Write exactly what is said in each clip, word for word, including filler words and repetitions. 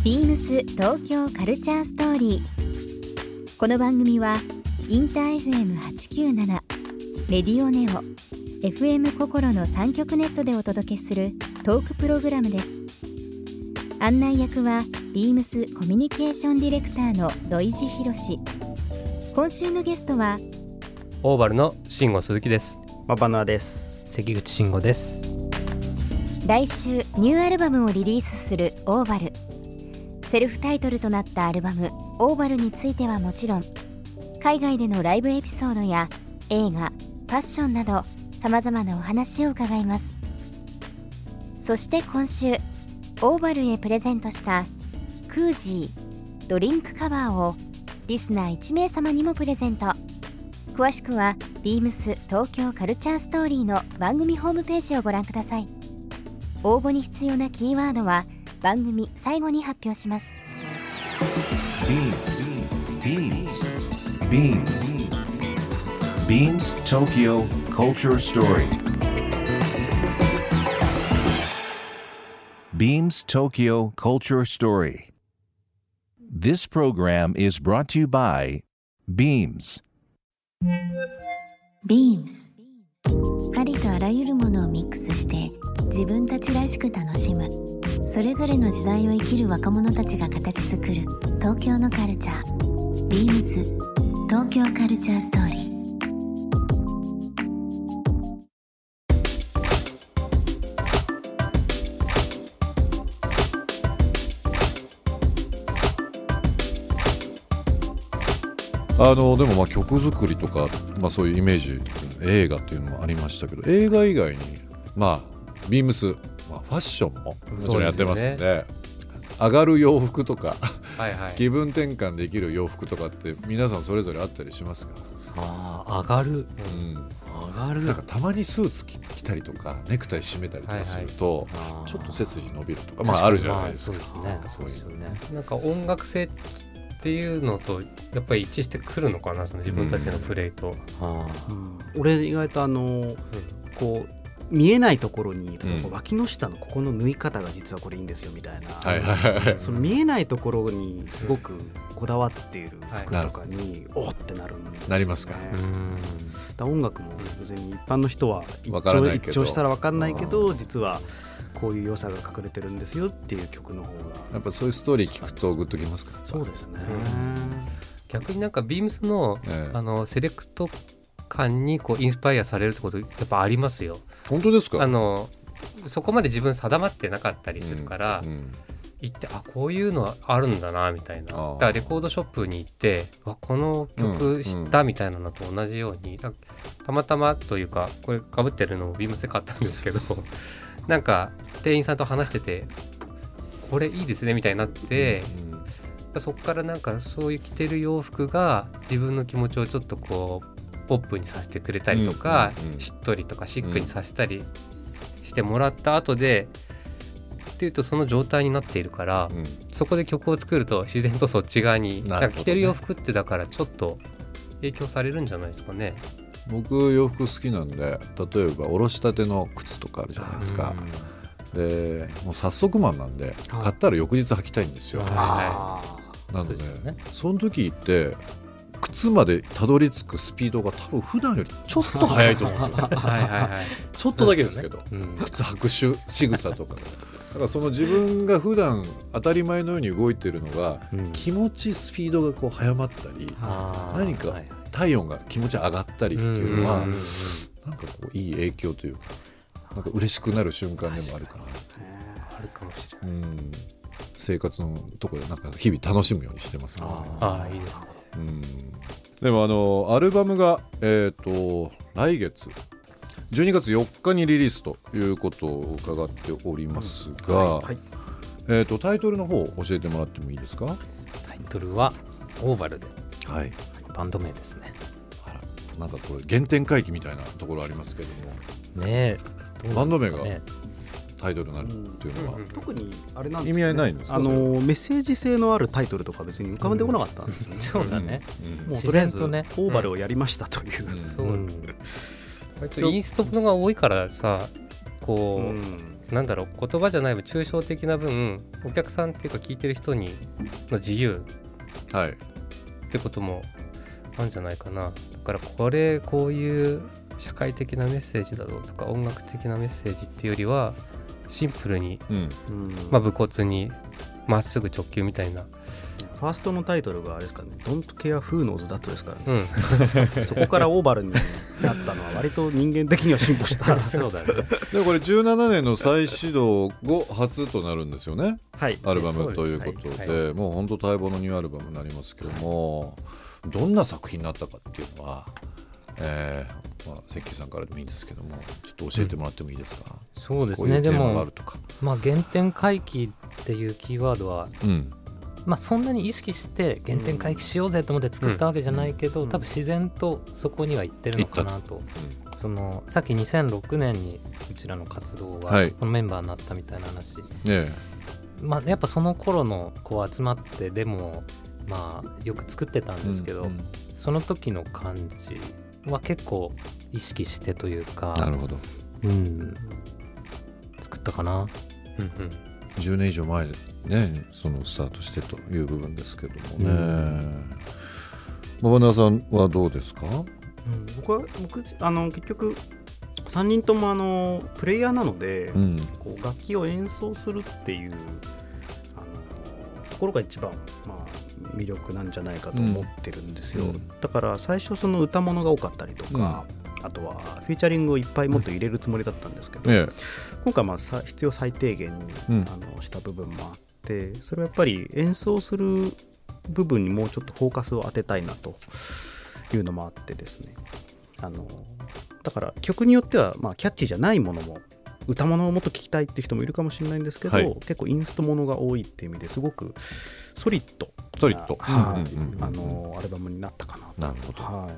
ビームス東京カルチャーストーリー。この番組はインター エフエムはちきゅうなな、レディオネオ、エフエム 心のさん局ネットでお届けするトークプログラムです。案内役はビームスコミュニケーションディレクターの土井博志。今週のゲストはオーバルの慎吾鈴木です。 マバナです。 関口慎吾です。 来週ニューアルバムをリリースするオーバル。セルフタイトルとなったアルバムオーバルについてはもちろん、海外でのライブエピソードや映画、ファッションなど様々なお話を伺います。そして今週オーバルへプレゼントしたクージードリンクカバーをリスナーいち名様にもプレゼント。詳しくはビームス東京カルチャーストーリーの番組ホームページをご覧ください。応募に必要なキーワードは番組最後に発表します。 ビームス ビームス ビームス Tokyo Culture Story Beams Tokyo Culture Story. This program is brought to you by Beams. ビームス、ありとあらゆるものをミックスして自分たちらしく楽しむ、それぞれの時代を生きる若者たちが形作る東京のカルチャー。ビームス東京カルチャーストーリー。 あのでもまあ曲作りとか、まあ、そういうイメージ映画っていうのもありましたけど、映画以外にまあビームス、まあ、ファッションももちろんやってますん で, で、ね、上がる洋服とかはい、はい、気分転換できる洋服とかって皆さんそれぞれあったりしますか？ ああ、上がる、うん、上がる。 なんかたまにスーツ着たりとかネクタイ締めたりとかすると、はいはい、ちょっと背筋伸びるとか、まあ、あるじゃないですか。 まあ、そうですね。なんかそういうね、 なんか音楽性っていうのとやっぱり一致してくるのかな、その自分たちのプレイと、うんはあうん、俺意外とあの、うん、こう見えないところに、うん、脇の下のここの縫い方が実はこれいいんですよみたいな、はいはいはい、その見えないところにすごくこだわっている服とかに、はい、おってなるんですね。 なりますか。うん、 だ音楽も別に一般の人は一聴一聴したら分かんないけど、実はこういう良さが隠れてるんですよっていう曲の方がやっぱそういうストーリー聞くとグッときますか？ そうですね。 逆になんかビームスの、ええ、あのセレクト感にこうインスパイアされるってことやっぱありますよ。 本当ですか？ あのそこまで自分定まってなかったりするから、うんうん、行ってあこういうのあるんだなみたいな。だからレコードショップに行ってわこの曲知ったみたいなのと同じように、うんうん、たまたまというかこれ被ってるのをビームスで買ったんですけどなんか店員さんと話しててこれいいですねみたいになって、うんうん、そこからなんかそういう着てる洋服が自分の気持ちをちょっとこうポップにさせてくれたりとか、うんうんうん、しっとりとかシックにさせたりしてもらった後で、うん、っていうとその状態になっているから、うん、そこで曲を作ると自然とそっち側に、ね、なんか着てる洋服ってだからちょっと影響されるんじゃないですかね。 僕洋服好きなんで、例えばおろしたての靴とかあるじゃないですか。でもう早速マンなんで買ったら翌日履きたいんですよ。なので そ, で、ね、その時って靴までたどり着くスピードが多分普段よりちょっと速いと思うんですよはいはい、はい、ちょっとだけですけど、ねうん、靴履くし仕草とかだからその自分が普段当たり前のように動いてるのが、うん、気持ちスピードがこう速まったり、何か体温が気持ち上がったりっていうのは、なんかこういい影響というか、なんか嬉しくなる瞬間でもあるかな。 あるかもしれない。うん、 生活のところでなんか日々楽しむようにしてますね。 ああ、いいですね。 うん、でもあのアルバムが、えー、と来月じゅうにがつよっかにリリースということを伺っておりますが、うんはいはいえー、とタイトルの方を教えてもらってもいいですか？ タイトルはオーバルで、 はい、 バンド名ですね。 あら、なんかこれ原点回帰みたいなところありますけどもねえ、 バンド名がタイトルになるっていうのは、うん、 特にあれなんです、ね、 意味合いないんですか？ あのメッセージ性のあるタイトルとか別に浮かんでこなかったんですよね、 うん、そうだね、 うん、もうとりあえずオーバルをやりましたという、うん、 そう、うん、割とインストのが多いからさ、こう、うん、 なんだろう言葉じゃない分抽象的な分お客さんっていうか聞いてる人にの自由ってこともあるんじゃないかな。だからこれこういう社会的なメッセージだろうとか音楽的なメッセージっていうよりはシンプルに、うんまあ、武骨にまっすぐ直球みたいな。 ファーストのタイトルがあれですかね Don't care who knows that ですからね、うん、そこからオーバルになったのは割と人間的には進歩したそうだね。 でこれじゅうななねんの再始動後初となるんですよね、 はい、 アルバムということで、はいはい、もう本当待望のニューアルバムになりますけども、どんな作品になったかっていうのは、えーまあ、関さんからでもいいんですけどもちょっと教えてもらってもいいですか、うん、 そうですね。 こういうテーマがあるとか、 でも、まあ、原点回帰っていうキーワードは、うんまあ、そんなに意識して原点回帰しようぜと思って作ったわけじゃないけど、うん、多分自然とそこには行ってるのかなと、うん、そのさっきにせんろくねんにうちらの活動がこのメンバーになったみたいな話、はいまあ、やっぱその頃のこう集まってデモをまあよく作ってたんですけど、うんうん、その時の感じは結構意識してというか、 なるほど、 うん、作ったかな、うんうんじゅうねん以上前でねそのスタートしてという部分ですけどもね。馬場さんはどうですか？うん、 僕は僕あの結局さんにんともあのプレイヤーなので、うん、こう楽器を演奏するっていうあのところが一番、まあ、魅力なんじゃないかと思ってるんですよ、うん、だから最初その歌物が多かったりとか、うん、あとはフィーチャリングをいっぱいもっと入れるつもりだったんですけど、うん、今回まあさ必要最低限に、うん、あのした部分もあってそれはやっぱり演奏する部分にもうちょっとフォーカスを当てたいなというのもあってですね、あのだから曲によってはまあキャッチーじゃないものも歌物をもっと聴きたいっていう人もいるかもしれないんですけど、はい、結構インストものが多いっていう意味ですごくソリッドソリッド、 はい、あのアルバムになったかなと。 なるほど、はい、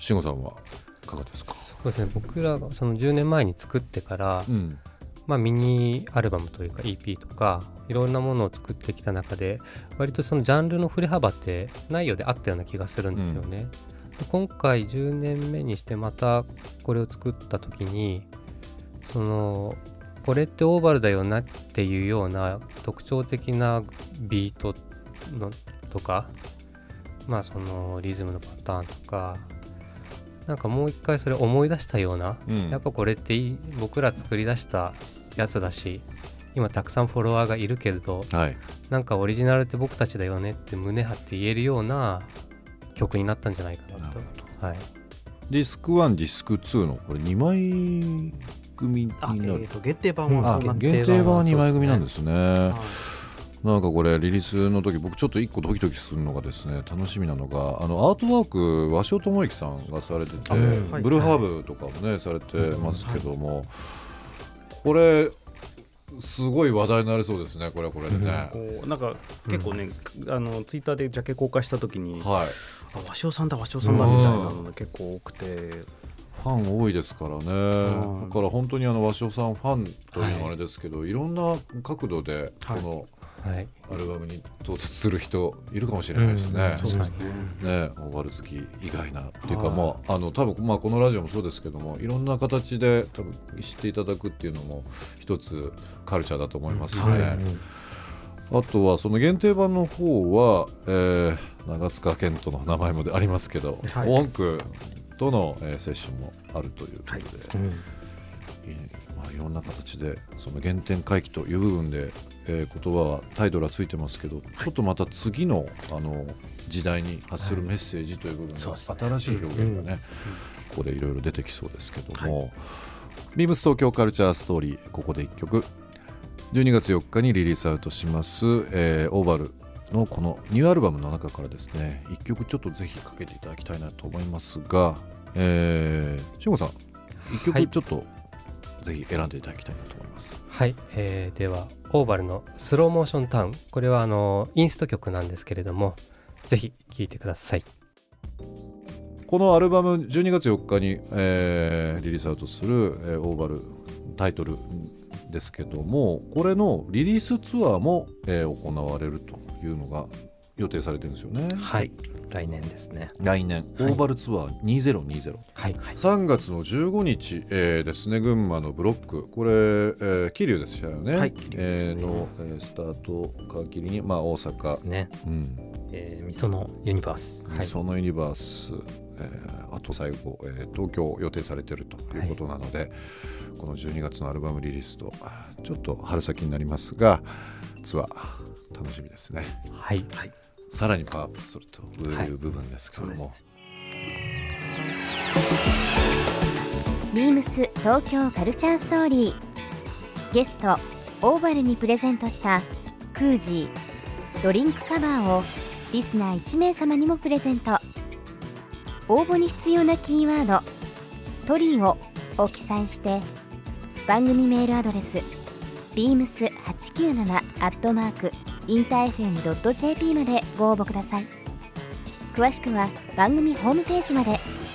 慎吾さんはいかがですか？ そうですね、僕らがそのじゅうねんまえに作ってから、うんまあ、ミニアルバムというか イーピー とかいろんなものを作ってきた中で割とそのジャンルの振れ幅ってないようであったような気がするんですよね、うん、で今回じゅうねんめにしてまたこれを作った時にそのこれってオーバルだよなっていうような特徴的なビートのとかまあそのリズムのパターンとかなんかもう一回それ思い出したような、うん、やっぱこれって僕ら作り出したやつだし今たくさんフォロワーがいるけれど、はい、なんかオリジナルって僕たちだよねって胸張って言えるような曲になったんじゃないかなと。はい、 ディスクワンディスクツーのこれにまい組になる。 あ、えー、と限定版は限定版はにまい組なんですね。なんかこれリリースの時僕ちょっと一個ドキドキするのがですね楽しみなのがあのアートワーク鷲尾智之さんがされてて、はい、ブルーハーブとかもね、はい、されてますけども、はい、これすごい話題になりそうですねこれはこれでねなんか結構ね、うん、あのツイッターでジャケ公開した時に、はい、あ鷲尾さんだ鷲尾さんだみたいなのが結構多くてファン多いですからね、うん、だから本当にあの鷲尾さんファンというのはあれですけど、はい、いろんな角度でこの、はいはい、アルバムに到達する人いるかもしれないですね。うん、そうですね。ね、オーバル好き以外なっていうか、まああの多分まあこのラジオもそうですけども、いろんな形で多分知っていただくっていうのも一つカルチャーだと思いますね。うんはい、あとはその限定版の方は、えー、長塚健人の名前もありますけど、はい、オンクとの、えー、セッションもあるということで、はいうんまあ、いろんな形でその原点回帰という部分で。えー、言葉はタイトルはついてますけど、はい、ちょっとまた次 の, あの時代に発するメッセージという部分の新しい表現がね、はい、ここでいろいろ出てきそうですけども、はい、ビームス東京カルチャーストーリーここでいっきょくじゅうにがつよっかにリリースアウトします、えー、オーバルのこのニューアルバムの中からですねいっきょくちょっとぜひかけていただきたいなと思いますが、えー、慎吾さんいっきょくちょっと、はい、ぜひ選んでいただきたいなと思います。 はい、えー、ではオーバルのスローモーションタウンこれはあのインスト曲なんですけれどもぜひ聴いてください。 このアルバムじゅうにがつよっかに、えー、リリースアウトする、えー、オーバルタイトルですけどもこれのリリースツアーも、えー、行われるというのが予定されてるんですよね。 はい、来年ですね。 来年、オーバルツアーにせんにじゅう、はい、さんがつのじゅうごにち、えー、ですね、群馬のブロック、これ、えー、桐生でしたよね、はい、桐生ですね、えー、の、えー、スタートを皮切りに、まあ、大阪ですね、うん、 えー、みそのユニバース、 みそのユニバース、えー、あと最後、えー、東京予定されているということなので、はい、このじゅうにがつのアルバムリリースとちょっと春先になりますが、ツアー楽しみですね。 はい、はい、 さらにパワーアップするという部分ですけども、はい、 ビームス東京カルチャーストーリー、ゲストオーバルにプレゼントしたクージードリンクカバーをリスナーいちめい様にもプレゼント。応募に必要なキーワードトリオを記載して番組メールアドレス ビームスはちきゅうなな アットマークインターエフエムドットジェーピー までご応募ください。詳しくは番組ホームページまで。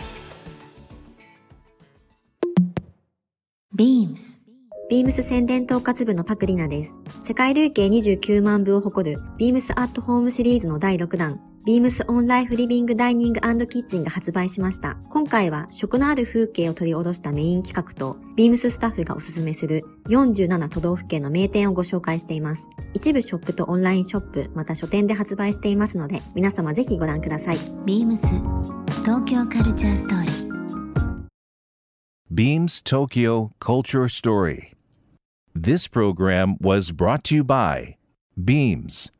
ビームスビームス宣伝統括部のパクリナです。世界累計にじゅうきゅうまんぶを誇るビームスアットホームシリーズのだいろくだん、ビームスオンライフリビングダイニング&キッチンが発売しました。今回は食のある風景を取り下ろしたメイン企画と、ビームススタッフがおすすめするよんじゅうななとどうふけんの名店をご紹介しています。一部ショップとオンラインショップ、また書店で発売していますので、皆様ぜひご覧ください。 ビームス東京カルチャーストーリー。 Beams Tokyo Culture Story. This program was brought to you by Beams.